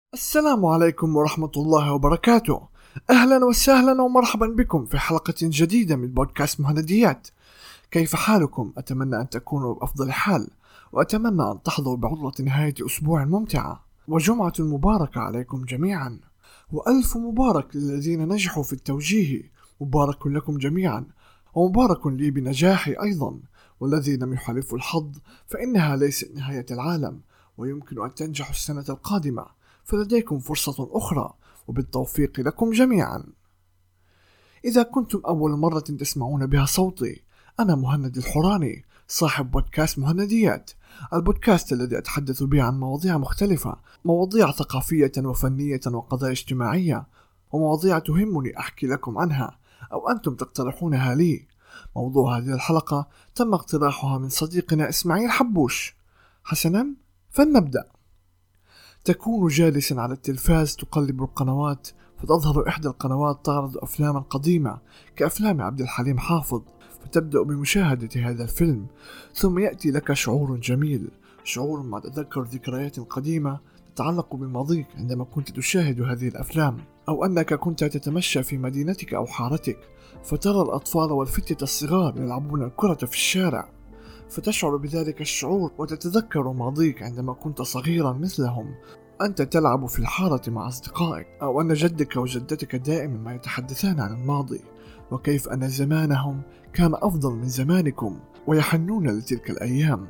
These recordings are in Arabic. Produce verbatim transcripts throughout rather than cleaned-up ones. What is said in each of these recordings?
السلام عليكم ورحمة الله وبركاته. أهلا وسهلا ومرحبا بكم في حلقة جديدة من بودكاست مهنديات. كيف حالكم؟ أتمنى أن تكونوا بأفضل حال، وأتمنى أن تحظوا بعطلة نهاية أسبوع ممتعة وجمعة مباركة عليكم جميعا، وألف مبارك للذين نجحوا في التوجيه. مبارك لكم جميعا، ومبارك لي بنجاحي أيضا. والذي لم يحالف الحظ فإنها ليست نهاية العالم، ويمكن أن تنجحوا السنة القادمة، فلديكم فرصة أخرى، وبالتوفيق لكم جميعا. إذا كنتم أول مرة تسمعون بها صوتي، أنا مهند الحوراني، صاحب بودكاست مهنديات، البودكاست الذي أتحدث به عن مواضيع مختلفة، مواضيع ثقافية وفنية وقضايا اجتماعية، ومواضيع تهمني أحكي لكم عنها أو أنتم تقترحونها لي. موضوع هذه الحلقة تم اقتراحها من صديقنا إسماعيل حبوش. حسنا، فلنبدأ. تكون جالسا على التلفاز تقلب القنوات، فتظهر إحدى القنوات تعرض أفلاما قديمة كأفلام عبد الحليم حافظ، فتبدأ بمشاهدة هذا الفيلم، ثم يأتي لك شعور جميل، شعور مع تذكر ذكريات قديمة تتعلق بماضيك عندما كنت تشاهد هذه الأفلام، أو أنك كنت تتمشى في مدينتك أو حارتك فترى الأطفال والفتية الصغار يلعبون الكرة في الشارع، فتشعر بذلك الشعور وتتذكر ماضيك عندما كنت صغيرا مثلهم، أنت تلعب في الحارة مع أصدقائك، أو أن جدك وجدتك دائما ما يتحدثان عن الماضي وكيف أن زمانهم كان أفضل من زمانكم، ويحنون لتلك الأيام.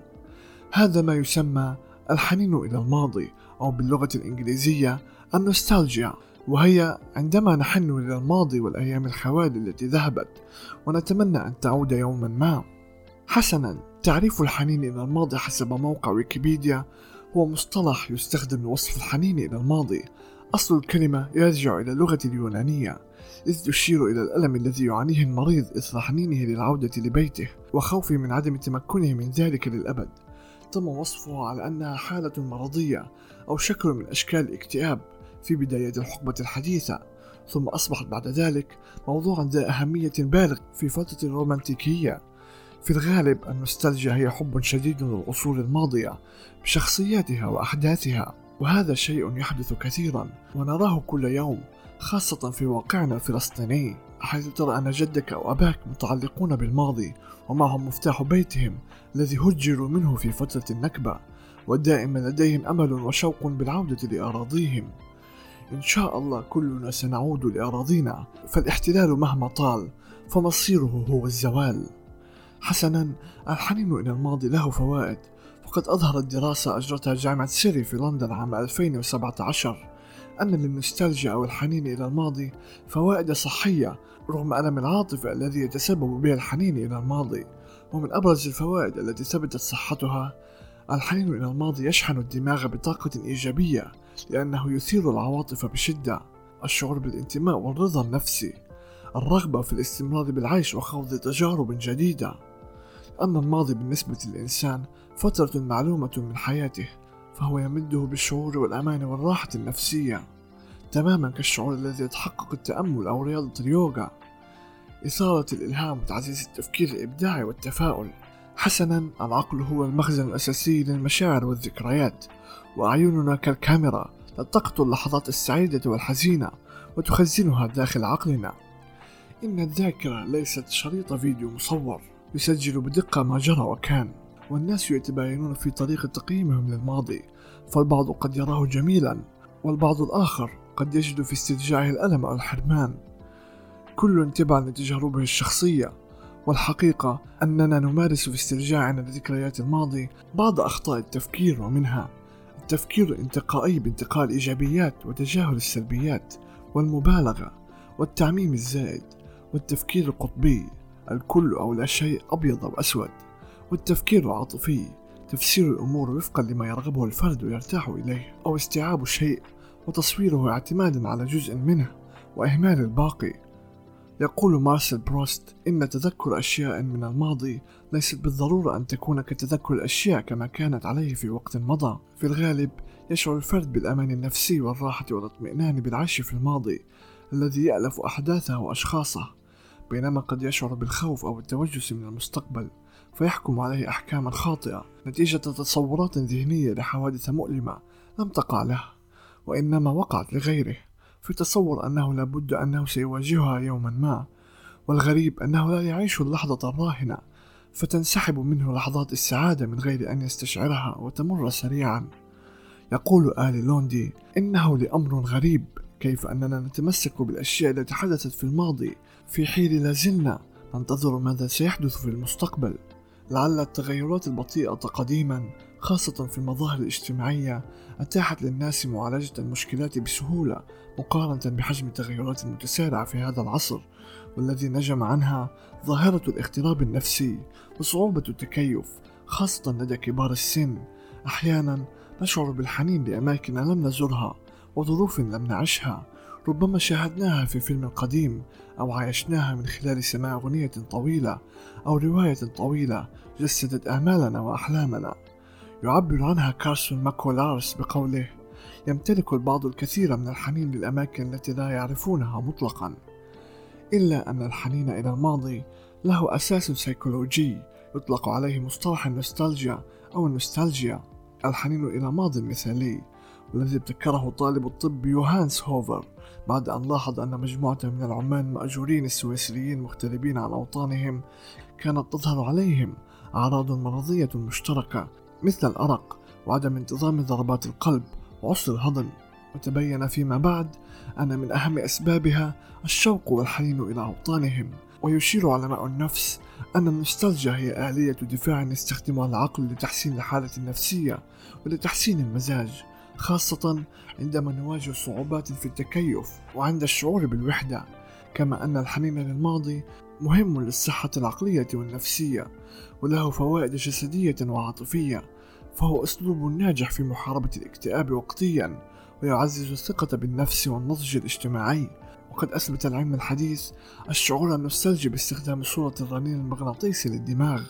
هذا ما يسمى الحنين إلى الماضي، أو باللغة الإنجليزية النوستالجيا، وهي عندما نحن إلى الماضي والأيام الحوالي التي ذهبت ونتمنى أن تعود يوما ما. حسنا، تعريف الحنين إلى الماضي حسب موقع ويكيبيديا هو مصطلح يستخدم لوصف الحنين إلى الماضي. أصل الكلمة يرجع إلى اللغة اليونانية، إذ تشير إلى الألم الذي يعانيه المريض إثر حنينه للعودة لبيته وخوفه من عدم تمكنه من ذلك للأبد. تم وصفه على أنها حالة مرضية أو شكل من أشكال الاكتئاب في بداية الحقبة الحديثة، ثم أصبحت بعد ذلك موضوعا ذا أهمية بالغة في فترة الرومانتيكية. في الغالب النوستالجيا هي حب شديد للعصور الماضية بشخصياتها وأحداثها، وهذا شيء يحدث كثيرا ونراه كل يوم، خاصة في واقعنا الفلسطيني، حيث ترى أن جدك أو أباك متعلقون بالماضي ومعهم مفتاح بيتهم الذي هجروا منه في فترة النكبة، ودائما لديهم أمل وشوق بالعودة لأراضيهم. إن شاء الله كلنا سنعود لأراضينا، فالاحتلال مهما طال فمصيره هو الزوال. حسنا، الحنين إلى الماضي له فوائد، فقد أظهرت دراسة أجرتها جامعة سيري في لندن عام ألفين وسبعة عشر أن للنوستالجيا أو الحنين إلى الماضي فوائد صحية رغم ألم العاطفة الذي يتسبب به الحنين إلى الماضي. ومن أبرز الفوائد التي ثبتت صحتها: الحنين إلى الماضي يشحن الدماغ بطاقة إيجابية لأنه يثير العواطف بشدة، الشعور بالانتماء والرضا النفسي، الرغبة في الاستمرار بالعيش وخوض تجارب جديدة. أن الماضي بالنسبة للإنسان فترة معلومة من حياته، فهو يمده بالشعور والأمان والراحة النفسية، تماما كالشعور الذي يتحقق التأمل أو رياضة اليوغا، إثارة الإلهام وتعزيز التفكير الإبداعي والتفاؤل. حسنا، العقل هو المخزن الأساسي للمشاعر والذكريات، وأعيننا كالكاميرا تلتقط اللحظات السعيدة والحزينة وتخزنها داخل عقلنا. إن الذاكرة ليست شريط فيديو مصور يسجل بدقة ما جرى وكان، والناس يتباينون في طريقة تقييمهم للماضي، فالبعض قد يراه جميلا والبعض الآخر قد يجد في استرجاعه الألم أو الحرمان، كل تبعا لتجاربه الشخصية. والحقيقة أننا نمارس في استرجاعنا لذكريات الماضي بعض أخطاء التفكير، ومنها التفكير الانتقائي بانتقاء الإيجابيات وتجاهل السلبيات، والمبالغة والتعميم الزائد، والتفكير القطبي الكل أو لا شيء أبيض أو أسود، والتفكير العاطفي تفسير الأمور وفقا لما يرغبه الفرد ويرتاح إليه، أو استيعاب شيء وتصويره اعتمادا على جزء منه وإهمال الباقي. يقول مارسيل بروست إن تذكر أشياء من الماضي ليست بالضرورة أن تكون كتذكر الأشياء كما كانت عليه في وقت مضى. في الغالب يشعر الفرد بالأمان النفسي والراحة والاطمئنان بالعيش في الماضي الذي يألف أحداثه وأشخاصه، بينما قد يشعر بالخوف أو التوجس من المستقبل فيحكم عليه أحكاما خاطئة نتيجة تصورات ذهنية لحوادث مؤلمة لم تقع له. وإنما وقعت لغيره، فتصور أنه لابد أنه سيواجهها يوما ما. والغريب أنه لا يعيش اللحظة الراهنة، فتنسحب منه لحظات السعادة من غير أن يستشعرها وتمر سريعا. يقول آل لوندي: إنه لأمر غريب كيف أننا نتمسك بالأشياء التي حدثت في الماضي في حين لازلنا ننتظر ماذا سيحدث في المستقبل. لعل التغيرات البطيئة قديما، خاصة في المظاهر الاجتماعية، أتاحت للناس معالجة المشكلات بسهولة مقارنة بحجم التغيرات المتسارعة في هذا العصر، والذي نجم عنها ظاهرة الاغتراب النفسي وصعوبة التكيف، خاصة لدى كبار السن. أحيانا نشعر بالحنين لأماكن لم نزرها وظروف لم نعشها، ربما شاهدناها في فيلم قديم أو عايشناها من خلال سماع أغنية طويلة أو رواية طويلة جسدت آمالنا وأحلامنا. يعبر عنها كارسون ماكولارس بقوله: يمتلك البعض الكثير من الحنين للأماكن التي لا يعرفونها مطلقا، إلا أن الحنين إلى الماضي له أساس سيكولوجي يطلق عليه مصطلح النوستالجيا أو النوستالجيا، الحنين إلى ماض مثالي، والذي ابتكره طالب الطب يوهانس هوفر بعد أن لاحظ أن مجموعة من العمال المأجورين السويسريين مغتربين عن أوطانهم كانت تظهر عليهم أعراض مرضية مشتركة مثل الأرق وعدم انتظام ضربات القلب وعسر الهضم، وتبين فيما بعد أن من أهم أسبابها الشوق والحنين إلى أوطانهم. ويشير علماء النفس أن النوستالجيا هي آلية دفاع يستخدمها العقل لتحسين الحالة النفسية ولتحسين المزاج، خاصة عندما نواجه صعوبات في التكيف وعند الشعور بالوحدة. كما أن الحنين للماضي مهم للصحة العقلية والنفسية، وله فوائد جسدية وعاطفية، فهو أسلوب ناجح في محاربة الاكتئاب وقتيا، ويعزز الثقة بالنفس والنضج الاجتماعي. وقد أثبت العلم الحديث الشعور النوستالجي باستخدام صورة الرنين المغناطيسي للدماغ.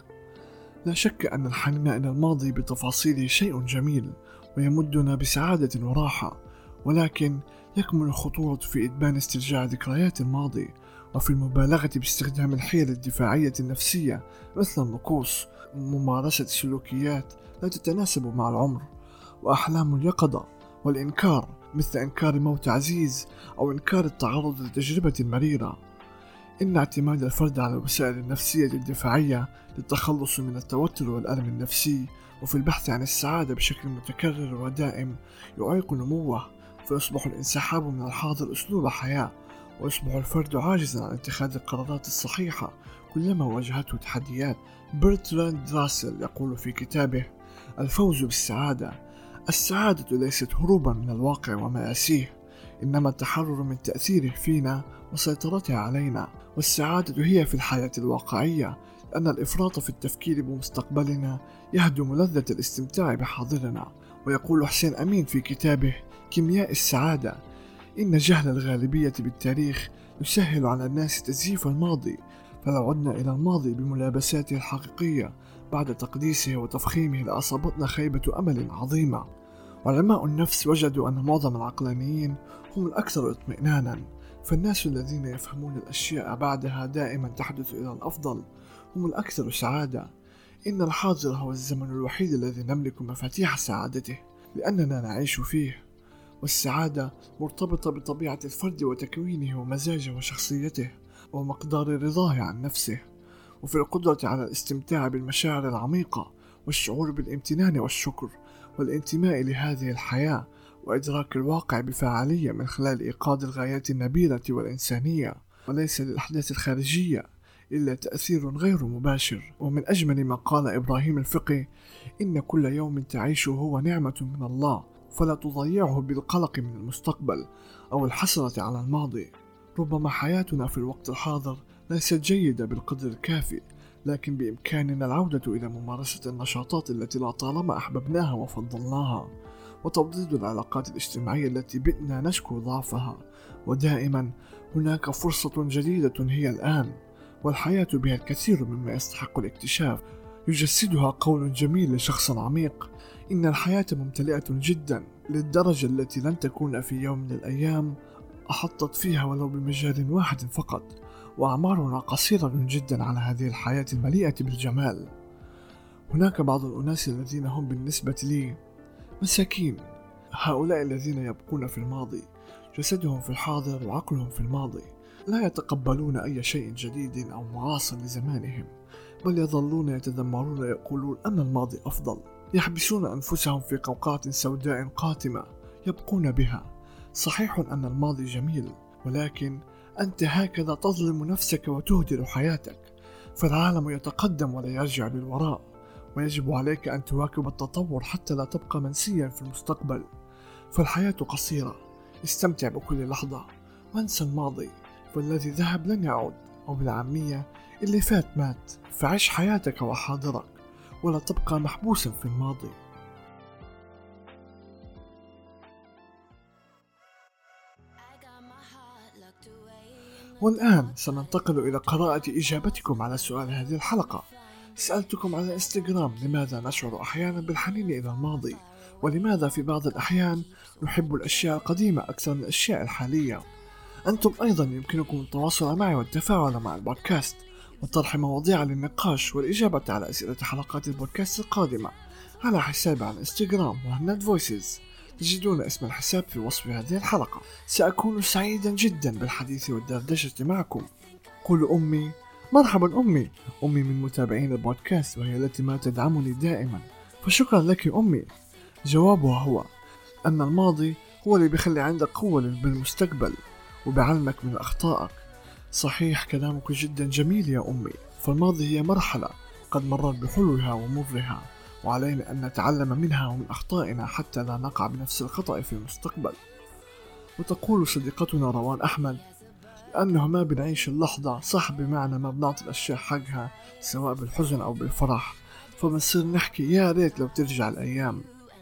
لا شك أن الحنين إلى الماضي بتفاصيله شيء جميل ويمدنا بسعادة وراحة، ولكن يكمن الخطورة في إدمان استرجاع ذكريات الماضي وفي المبالغة باستخدام الحيل الدفاعية النفسية مثل النقوص وممارسة سلوكيات لا تتناسب مع العمر، وأحلام اليقظة والإنكار مثل إنكار موت عزيز أو إنكار التعرض لتجربة مريرة. إن اعتماد الفرد على الوسائل النفسية الدفاعية للتخلص من التوتر والألم النفسي وفي البحث عن السعادة بشكل متكرر ودائم يعيق نموه، فيصبح الانسحاب من الحاضر أسلوب حياة، ويصبح الفرد عاجزا عن اتخاذ القرارات الصحيحة كلما واجهته تحديات. برتراند راسل يقول في كتابه الفوز بالسعادة: السعادة ليست هروبا من الواقع ومآسيه، إنما التحرر من تأثيره فينا وسيطرته علينا. والسعادة هي في الحياة الواقعية، لأن الإفراط في التفكير بمستقبلنا يهدم لذة الاستمتاع بحاضرنا. ويقول حسين أمين في كتابه كيمياء السعادة: إن جهل الغالبية بالتاريخ يسهل على الناس تزييف الماضي، فلو عدنا إلى الماضي بملابساته الحقيقية بعد تقديسه وتفخيمه لأصابتنا خيبة أمل عظيمة. وعلماء النفس وجدوا أن معظم العقلانيين هم الأكثر اطمئنانا، فالناس الذين يفهمون الأشياء بعدها دائما تحدث إلى الأفضل هم الأكثر سعادة. إن الحاضر هو الزمن الوحيد الذي نملك مفاتيح سعادته لأننا نعيش فيه، والسعادة مرتبطة بطبيعة الفرد وتكوينه ومزاجه وشخصيته ومقدار رضاه عن نفسه، وفي القدرة على الاستمتاع بالمشاعر العميقة والشعور بالامتنان والشكر والانتماء لهذه الحياة وإدراك الواقع بفعالية من خلال إيقاظ الغايات النبيلة والإنسانية، وليس للأحداث الخارجية إلا تأثير غير مباشر. ومن أجمل ما قال إبراهيم الفقي: إن كل يوم تعيشه هو نعمة من الله، فلا تضيعه بالقلق من المستقبل أو الحسرة على الماضي. ربما حياتنا في الوقت الحاضر ليست جيدة بالقدر الكافي، لكن بإمكاننا العودة إلى ممارسة النشاطات التي لا طالما أحببناها وفضلناها، وتوطيد العلاقات الاجتماعية التي بئنا نشكو ضعفها. ودائما هناك فرصة جديدة هي الآن، والحياة بها الكثير مما يستحق الاكتشاف. يجسدها قول جميل لشخص عميق: إن الحياة ممتلئة جدا للدرجة التي لن تكون في يوم من الأيام أحطت فيها ولو بمجال واحد فقط، وأعمارنا قصيرة جدا على هذه الحياة المليئة بالجمال. هناك بعض الأناس الذين هم بالنسبة لي مساكين، هؤلاء الذين يبقون في الماضي جسدهم في الحاضر وعقلهم في الماضي، لا يتقبلون أي شيء جديد أو معاصر لزمانهم، بل يظلون يتذمرون ويقولون أن الماضي أفضل. يحبسون أنفسهم في قوقعة سوداء قاتمة يبقون بها. صحيح أن الماضي جميل، ولكن أنت هكذا تظلم نفسك وتهدر حياتك، فالعالم يتقدم ولا يرجع للوراء، ويجب عليك أن تواكب التطور حتى لا تبقى منسيا في المستقبل. فالحياة قصيرة، استمتع بكل لحظة وانسى الماضي، فالذي ذهب لن يعود، أو بالعامية اللي فات مات. فعيش حياتك وحاضرك، ولا تبقى محبوسا في الماضي. والآن سننتقل إلى قراءة إجابتكم على سؤال هذه الحلقة. سألتكم على الانستغرام لماذا نشعر أحيانا بالحنين إلى الماضي، ولماذا في بعض الأحيان نحب الأشياء القديمة أكثر من الأشياء الحالية. أنتم أيضا يمكنكم التواصل معي والتفاعل مع البودكاست وطرح مواضيع للنقاش والإجابة على أسئلة حلقات البودكاست القادمة على حسابي على الانستغرام وهناد فويسز. تجدون اسم الحساب في وصف هذه الحلقة. سأكون سعيدا جدا بالحديث والدردشة معكم. قل أمي مرحبا أمي. أمي من متابعين البودكاست، وهي التي ما تدعمني دائما، فشكرا لك أمي. جوابها هو أن الماضي هو اللي بيخلي عندك قوة بالمستقبل وبعلمك من أخطائك. صحيح كلامك جدا جميل يا أمي، فالماضي هي مرحلة قد مرت بحلوها ومرها، وعلينا أن نتعلم منها ومن أخطائنا حتى لا نقع بنفس الخطأ في المستقبل. وتقول صديقتنا روان أحمد لأنه ما بنعيش اللحظة صح، بمعنى ما بنعطي الأشياء حقها سواء بالحزن أو بالفرح، فبنصير نحكي يا ريت لو ترجع الأيام.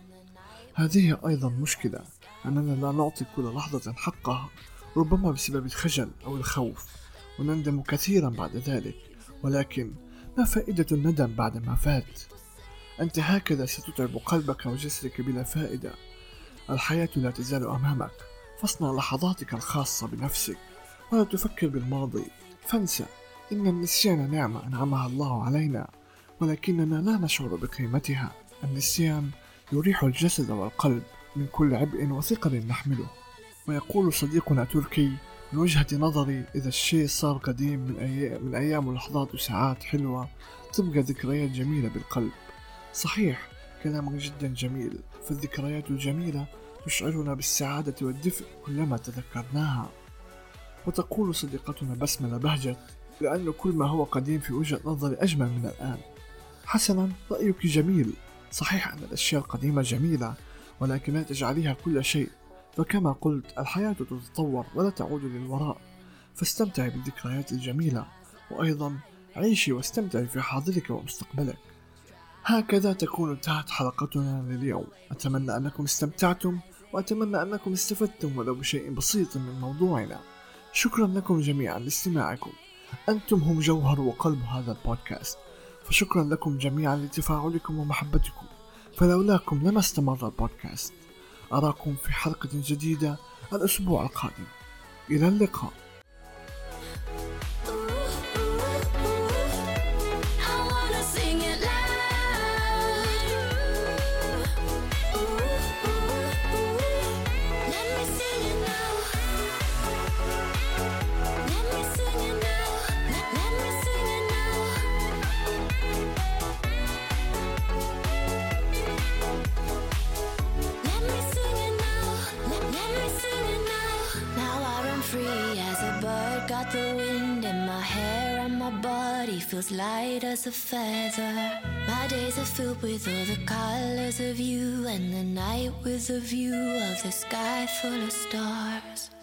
هذه أيضا مشكلة، أننا لا نعطي كل لحظة حقها، ربما بسبب الخجل أو الخوف، ونندم كثيرا بعد ذلك. ولكن ما فائدة الندم بعد ما فات؟ أنت هكذا ستتعب قلبك وجسدك بلا فائدة. الحياة لا تزال أمامك، فاصنع لحظاتك الخاصة بنفسك ولا تفكر بالماضي. فانسى إن النسيان نعمة أنعمها الله علينا، ولكننا لا نشعر بقيمتها. النسيان يريح الجسد والقلب من كل عبء وثقل نحمله. ويقول صديقنا تركي من وجهة نظري إذا الشيء صار قديم من, أي... من أيام ولحظات وساعات حلوة تبقى ذكريات جميلة بالقلب. صحيح كلامك جدا جميل، فالذكريات الجميلة تشعرنا بالسعادة والدفء كلما تذكرناها. وتقول صديقتنا بسملة بهجت لأن كل ما هو قديم في وجهة نظري أجمل من الآن. حسنا، رأيك جميل. صحيح أن الأشياء القديمة جميلة، ولكن لا تجعليها كل شيء، فكما قلت الحياة تتطور ولا تعود للوراء، فاستمتعي بالذكريات الجميلة، وأيضا عيشي واستمتعي في حاضرك ومستقبلك. هكذا تكون انتهت حلقتنا لليوم. أتمنى أنكم استمتعتم، وأتمنى أنكم استفدتم ولو بشيء بسيط من موضوعنا. شكرا لكم جميعا لاستماعكم، أنتم هم جوهر وقلب هذا البودكاست، فشكرا لكم جميعا لتفاعلكم ومحبتكم، فلولاكم لما استمر البودكاست. أراكم في حلقة جديدة الأسبوع القادم. إلى اللقاء. Got the wind in my hair and my body feels light as a feather. My days are filled with all the colors of you, and the night with a view of the sky full of stars.